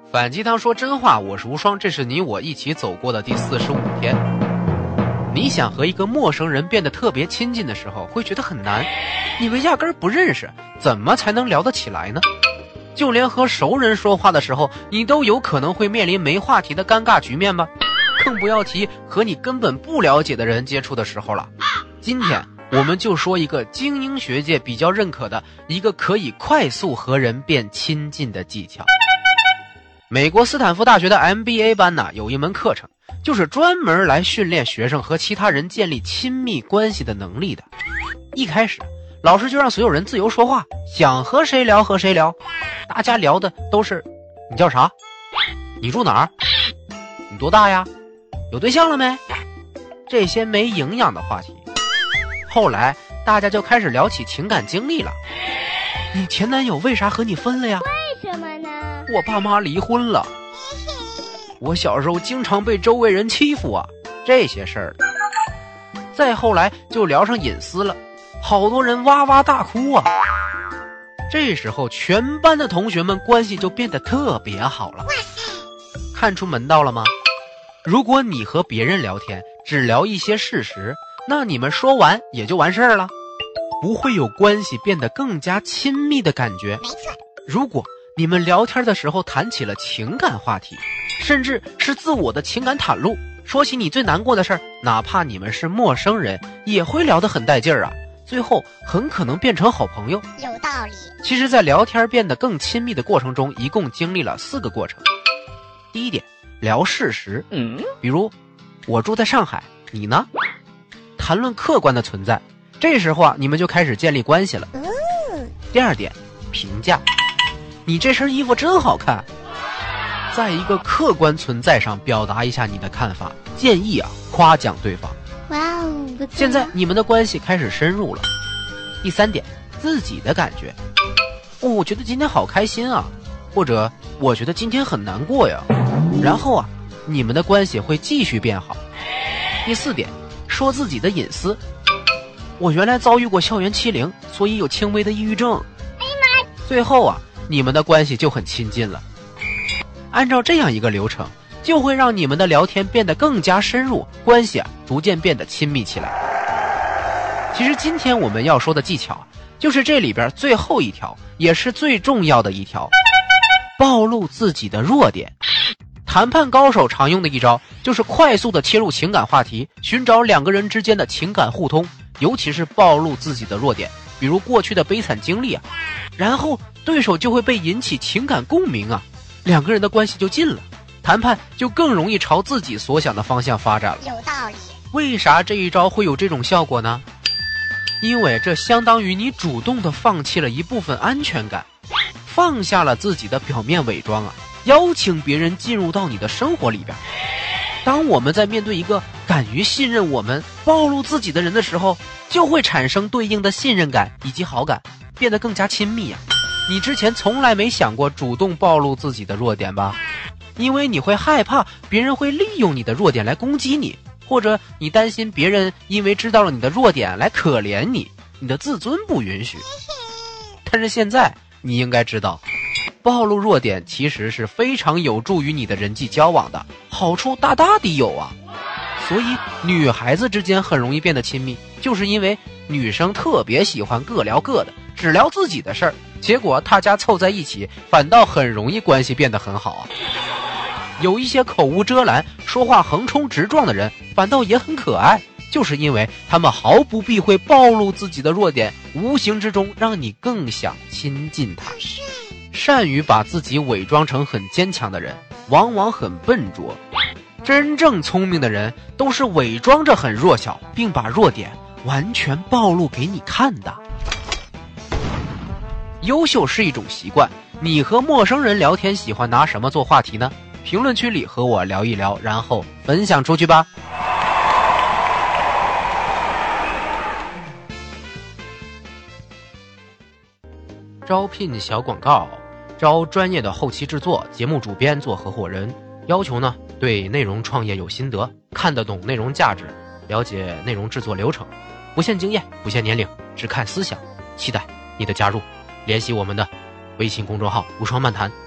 反鸡汤说真话，我是无双，这是你我一起走过的第45天。你想和一个陌生人变得特别亲近的时候，会觉得很难，你们压根儿不认识，怎么才能聊得起来呢？就连和熟人说话的时候，你都有可能会面临没话题的尴尬局面吧，更不要提和你根本不了解的人接触的时候了。今天我们就说一个精英学界比较认可的一个可以快速和人变亲近的技巧。美国斯坦福大学的 MBA 班呢，有一门课程就是专门来训练学生和其他人建立亲密关系的能力的。一开始老师就让所有人自由说话，想和谁聊和谁聊，大家聊的都是你叫啥，你住哪儿，你多大呀，有对象了没，这些没营养的话题。后来大家就开始聊起情感经历了，你前男友为啥和你分了呀？ 为什么呢？ 我爸妈离婚了，我小时候经常被周围人欺负啊，这些事儿。再后来就聊上隐私了，好多人哇哇大哭啊。这时候全班的同学们关系就变得特别好了。看出门道了吗？如果你和别人聊天只聊一些事实，那你们说完也就完事儿了，不会有关系变得更加亲密的感觉。 没错。 如果你们聊天的时候谈起了情感话题，甚至是自我的情感袒露，说起你最难过的事儿，哪怕你们是陌生人也会聊得很带劲儿啊，最后很可能变成好朋友。 有道理。 其实在聊天变得更亲密的过程中，一共经历了4个过程。第一点，聊事实，比如我住在上海，你呢？谈论客观的存在，这时候啊，你们就开始建立关系了。第二点，评价，你这身衣服真好看，在一个客观存在上表达一下你的看法，建议啊，夸奖对方。 哇哦，不错。 现在你们的关系开始深入了。第三点，自己的感觉，我觉得今天好开心啊，或者我觉得今天很难过呀，然后啊，你们的关系会继续变好。第四点，说自己的隐私，我原来遭遇过校园欺凌，所以有轻微的抑郁症。哎呀妈！最后啊，你们的关系就很亲近了。按照这样一个流程，就会让你们的聊天变得更加深入，关系啊逐渐变得亲密起来。其实今天我们要说的技巧，就是这里边最后一条，也是最重要的一条，暴露自己的弱点。谈判高手常用的一招，就是快速的切入情感话题，寻找2个人之间的情感互通，尤其是暴露自己的弱点，比如过去的悲惨经历啊，然后对手就会被引起情感共鸣啊，2个人的关系就近了，谈判就更容易朝自己所想的方向发展了。 有道理。 为啥这一招会有这种效果呢？因为这相当于你主动的放弃了一部分安全感，放下了自己的表面伪装啊，邀请别人进入到你的生活里边。当我们在面对一个敢于信任我们、暴露自己的人的时候，就会产生对应的信任感以及好感，变得更加亲密啊。你之前从来没想过主动暴露自己的弱点吧？因为你会害怕别人会利用你的弱点来攻击你，或者你担心别人因为知道了你的弱点来可怜你，你的自尊不允许。但是现在你应该知道，暴露弱点其实是非常有助于你的人际交往的，好处大大的有啊。所以女孩子之间很容易变得亲密，就是因为女生特别喜欢各聊各的，只聊自己的事儿，结果大家凑在一起，反倒很容易关系变得很好啊。有一些口无遮拦、说话横冲直撞的人，反倒也很可爱，就是因为他们毫不避讳暴露自己的弱点，无形之中让你更想亲近他。善于把自己伪装成很坚强的人，往往很笨拙。真正聪明的人都是伪装着很弱小，并把弱点完全暴露给你看的。优秀是一种习惯，你和陌生人聊天喜欢拿什么做话题呢？评论区里和我聊一聊，然后分享出去吧。招聘小广告，招专业的后期制作、节目主编做合伙人，要求呢对内容创业有心得，看得懂内容价值，了解内容制作流程，不限经验，不限年龄，只看思想，期待你的加入。联系我们的微信公众号无双漫谈。